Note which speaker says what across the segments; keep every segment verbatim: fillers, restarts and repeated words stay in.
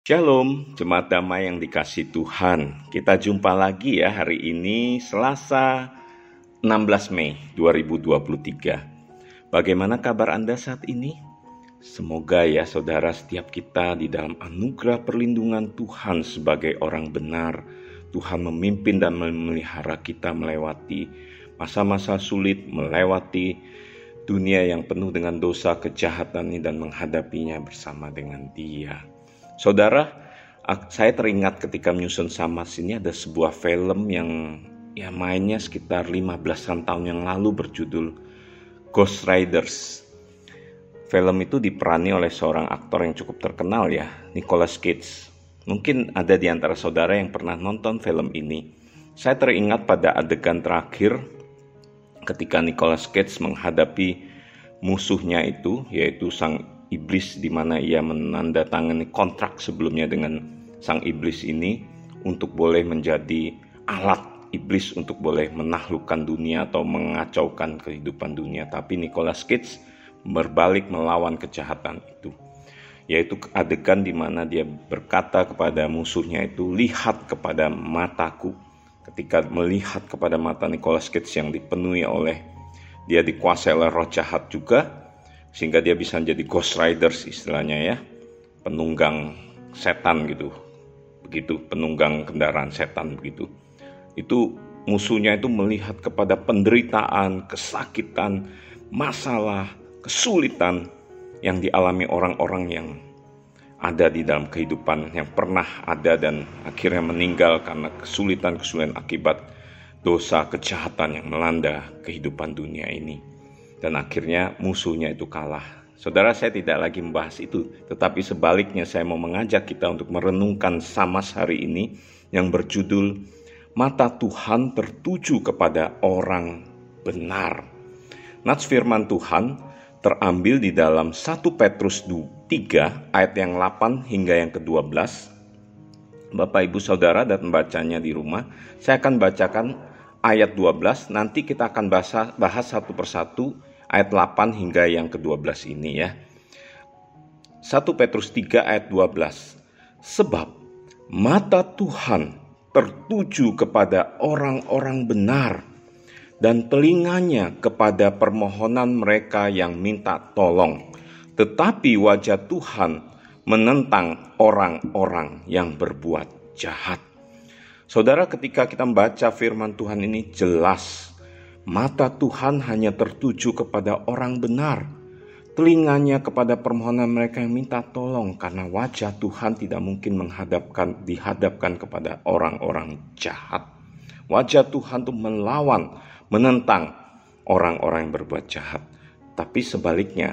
Speaker 1: Shalom, jemaat damai yang dikasihi Tuhan. Kita jumpa lagi ya hari ini Selasa enam belas Mei dua ribu dua puluh tiga. Bagaimana kabar Anda saat ini? Semoga ya saudara setiap kita di dalam anugerah perlindungan Tuhan sebagai orang benar. Tuhan memimpin dan memelihara kita melewati masa-masa sulit, melewati dunia yang penuh dengan dosa, kejahatan ini dan menghadapinya bersama dengan Dia. Saudara, saya teringat ketika menyusun Samas ini ada sebuah film yang ya mainnya sekitar lima belasan tahun yang lalu berjudul Ghost Riders. Film itu diperani oleh seorang aktor yang cukup terkenal ya, Nicolas Cage. Mungkin ada di antara saudara yang pernah nonton film ini. Saya teringat pada adegan terakhir ketika Nicolas Cage menghadapi musuhnya itu, yaitu sang iblis, di mana ia menandatangani kontrak sebelumnya dengan sang iblis ini untuk boleh menjadi alat iblis untuk boleh menaklukkan dunia atau mengacaukan kehidupan dunia. Tapi Nicolas Cage berbalik melawan kejahatan itu, yaitu adegan di mana dia berkata kepada musuhnya itu, lihat kepada mataku. Ketika melihat kepada mata Nicolas Cage yang dipenuhi oleh, dia dikuasai oleh roh jahat juga, sehingga dia bisa menjadi Ghost Riders istilahnya ya, penunggang setan gitu, begitu, penunggang kendaraan setan begitu. Itu musuhnya itu melihat kepada penderitaan, kesakitan, masalah, kesulitan yang dialami orang-orang yang ada di dalam kehidupan, yang pernah ada dan akhirnya meninggal karena kesulitan-kesulitan akibat dosa, kejahatan yang melanda kehidupan dunia ini. Dan akhirnya musuhnya itu kalah. Saudara, saya tidak lagi membahas itu, tetapi sebaliknya saya mau mengajak kita untuk merenungkan Samas hari ini yang berjudul Mata Tuhan tertuju kepada orang benar. Nats firman Tuhan terambil di dalam satu Petrus tiga ayat yang delapan hingga yang kedua belas. Bapak Ibu Saudara dan membacanya di rumah, saya akan bacakan ayat dua belas, nanti kita akan bahas, bahas satu persatu ayat delapan hingga yang kedua belas ini ya. satu Petrus tiga ayat dua belas. Sebab mata Tuhan tertuju kepada orang-orang benar dan telinganya kepada permohonan mereka yang minta tolong. Tetapi wajah Tuhan menentang orang-orang yang berbuat jahat. Saudara, ketika kita membaca firman Tuhan ini jelas, mata Tuhan hanya tertuju kepada orang benar, telinganya kepada permohonan mereka yang minta tolong, karena wajah Tuhan tidak mungkin menghadapkan dihadapkan kepada orang-orang jahat. Wajah Tuhan itu melawan, menentang orang-orang yang berbuat jahat. Tapi sebaliknya,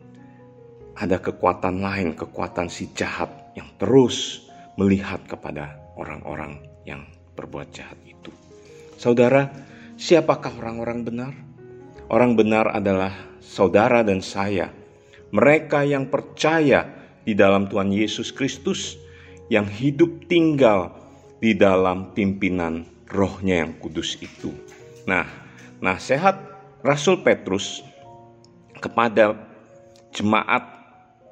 Speaker 1: ada kekuatan lain, kekuatan si jahat yang terus melihat kepada orang-orang yang berbuat jahat itu. Saudara, siapakah orang-orang benar? Orang benar adalah saudara dan saya. Mereka yang percaya di dalam Tuhan Yesus Kristus, yang hidup tinggal di dalam pimpinan Roh-Nya yang kudus itu. Nah, nasihat Rasul Petrus kepada jemaat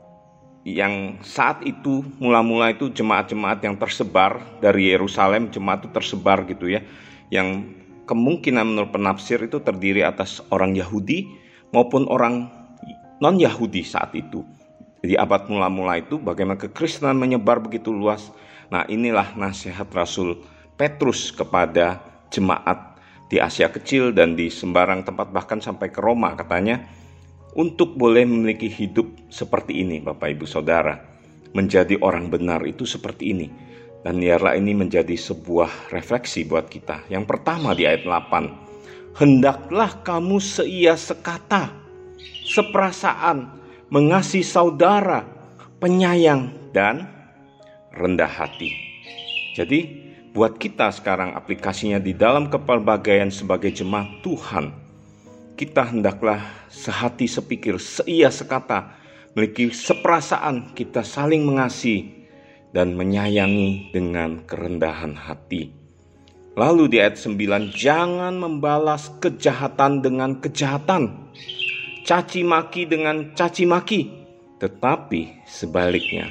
Speaker 1: yang saat itu mula-mula itu jemaat-jemaat yang tersebar dari Yerusalem, jemaat itu tersebar gitu ya, yang kemungkinan menurut penafsir itu terdiri atas orang Yahudi maupun orang non-Yahudi saat itu. Di abad mula-mula itu bagaimana kekristenan menyebar begitu luas. Nah, inilah nasihat Rasul Petrus kepada jemaat di Asia Kecil dan di sembarang tempat, bahkan sampai ke Roma katanya, untuk boleh memiliki hidup seperti ini. Bapak Ibu Saudara, menjadi orang benar itu seperti ini. Dan biarlah ini menjadi sebuah refleksi buat kita. Yang pertama di ayat delapan, hendaklah kamu seia sekata, seperasaan, mengasihi saudara, penyayang dan rendah hati. Jadi buat kita sekarang aplikasinya di dalam kepelbagaian sebagai jemaat Tuhan, kita hendaklah sehati sepikir, seia sekata, memiliki seperasaan, kita saling mengasihi dan menyayangi dengan kerendahan hati. Lalu di ayat sembilan, jangan membalas kejahatan dengan kejahatan, caci maki dengan caci maki, tetapi sebaliknya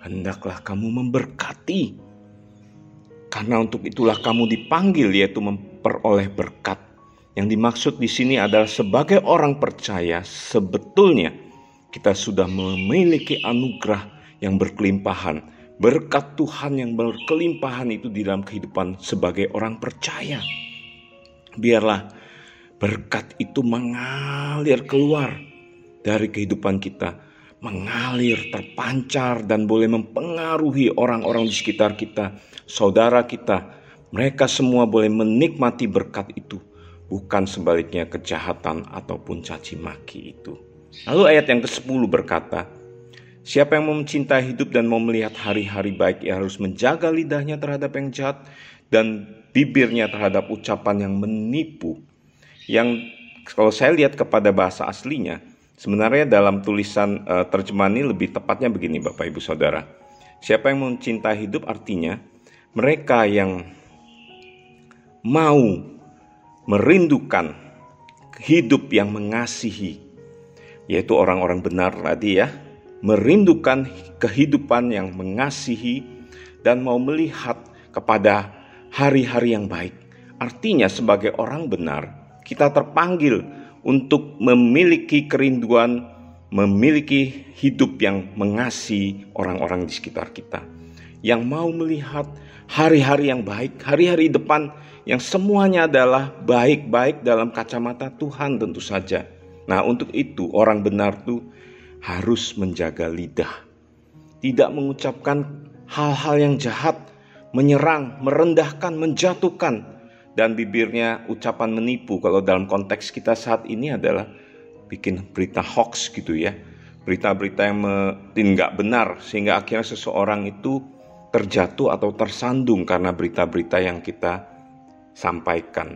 Speaker 1: hendaklah kamu memberkati. Karena untuk itulah kamu dipanggil, yaitu memperoleh berkat. Yang dimaksud di sini adalah sebagai orang percaya, sebetulnya kita sudah memiliki anugerah yang berkelimpahan. Berkat Tuhan yang berkelimpahan itu di dalam kehidupan sebagai orang percaya. Biarlah berkat itu mengalir keluar dari kehidupan kita, mengalir, terpancar, dan boleh mempengaruhi orang-orang di sekitar kita, saudara kita. Mereka semua boleh menikmati berkat itu, bukan sebaliknya kejahatan ataupun caci maki itu. Lalu ayat yang kesepuluh berkata, siapa yang mau mencintai hidup dan mau melihat hari-hari baik, ia harus menjaga lidahnya terhadap yang jahat dan bibirnya terhadap ucapan yang menipu. Yang kalau saya lihat kepada bahasa aslinya, sebenarnya dalam tulisan uh, terjemahan ini lebih tepatnya begini Bapak Ibu Saudara. Siapa yang mencintai hidup artinya mereka yang mau merindukan hidup yang mengasihi, yaitu orang-orang benar tadi ya, merindukan kehidupan yang mengasihi dan mau melihat kepada hari-hari yang baik. Artinya sebagai orang benar kita terpanggil untuk memiliki kerinduan, memiliki hidup yang mengasihi orang-orang di sekitar kita. Yang mau melihat hari-hari yang baik, hari-hari depan yang semuanya adalah baik-baik dalam kacamata Tuhan tentu saja. Nah, untuk itu orang benar itu harus menjaga lidah. Tidak mengucapkan hal-hal yang jahat, menyerang, merendahkan, menjatuhkan. Dan bibirnya ucapan menipu. Kalau dalam konteks kita saat ini adalah bikin berita hoax gitu ya. Berita-berita yang tidak benar sehingga akhirnya seseorang itu terjatuh atau tersandung karena berita-berita yang kita sampaikan.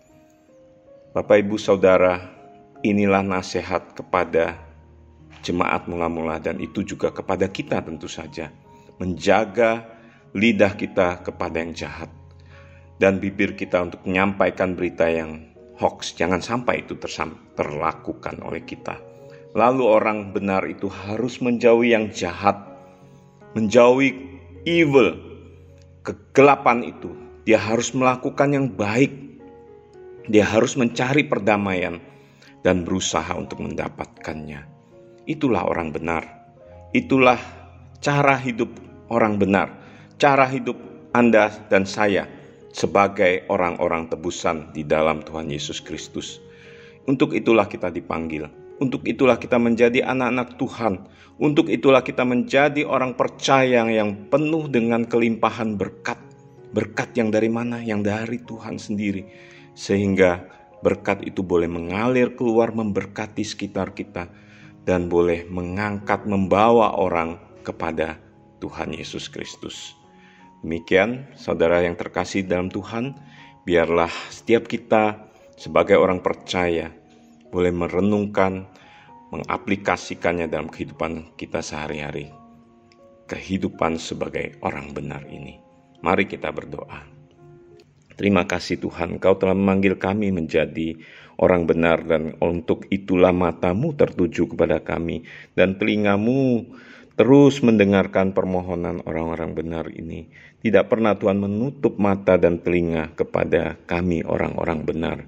Speaker 1: Bapak Ibu Saudara, inilah nasihat kepada jemaat mula-mula dan itu juga kepada kita tentu saja. Menjaga lidah kita kepada yang jahat. Dan bibir kita untuk menyampaikan berita yang hoax. Jangan sampai itu tersam, terlakukan oleh kita. Lalu orang benar itu harus menjauhi yang jahat. Menjauhi evil, kegelapan itu. Dia harus melakukan yang baik. Dia harus mencari perdamaian dan berusaha untuk mendapatkannya. Itulah orang benar. Itulah cara hidup orang benar. Cara hidup Anda dan saya sebagai orang-orang tebusan di dalam Tuhan Yesus Kristus. Untuk itulah kita dipanggil. Untuk itulah kita menjadi anak-anak Tuhan. Untuk itulah kita menjadi orang percaya yang penuh dengan kelimpahan berkat. Berkat yang dari mana? Yang dari Tuhan sendiri. Sehingga berkat itu boleh mengalir keluar memberkati sekitar kita. Dan boleh mengangkat, membawa orang kepada Tuhan Yesus Kristus. Demikian saudara yang terkasih dalam Tuhan, biarlah setiap kita sebagai orang percaya boleh merenungkan, mengaplikasikannya dalam kehidupan kita sehari-hari. Kehidupan sebagai orang benar ini. Mari kita berdoa. Terima kasih Tuhan, Engkau telah memanggil kami menjadi orang benar dan untuk itulah matamu tertuju kepada kami dan telingamu terus mendengarkan permohonan orang-orang benar ini. Tidak pernah Tuhan menutup mata dan telinga kepada kami orang-orang benar.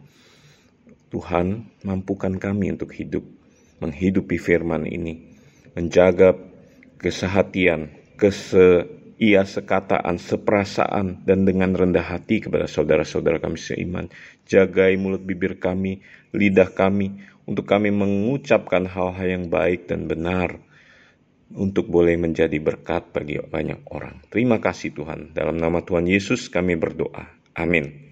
Speaker 1: Tuhan, mampukan kami untuk hidup, menghidupi firman ini, menjaga kesehatian, keseia sekataan, seperasaan, dan dengan rendah hati kepada saudara-saudara kami seiman. Jagai mulut bibir kami, lidah kami, untuk kami mengucapkan hal-hal yang baik dan benar, untuk boleh menjadi berkat bagi banyak orang. Terima kasih Tuhan. Dalam nama Tuhan Yesus kami berdoa. Amin.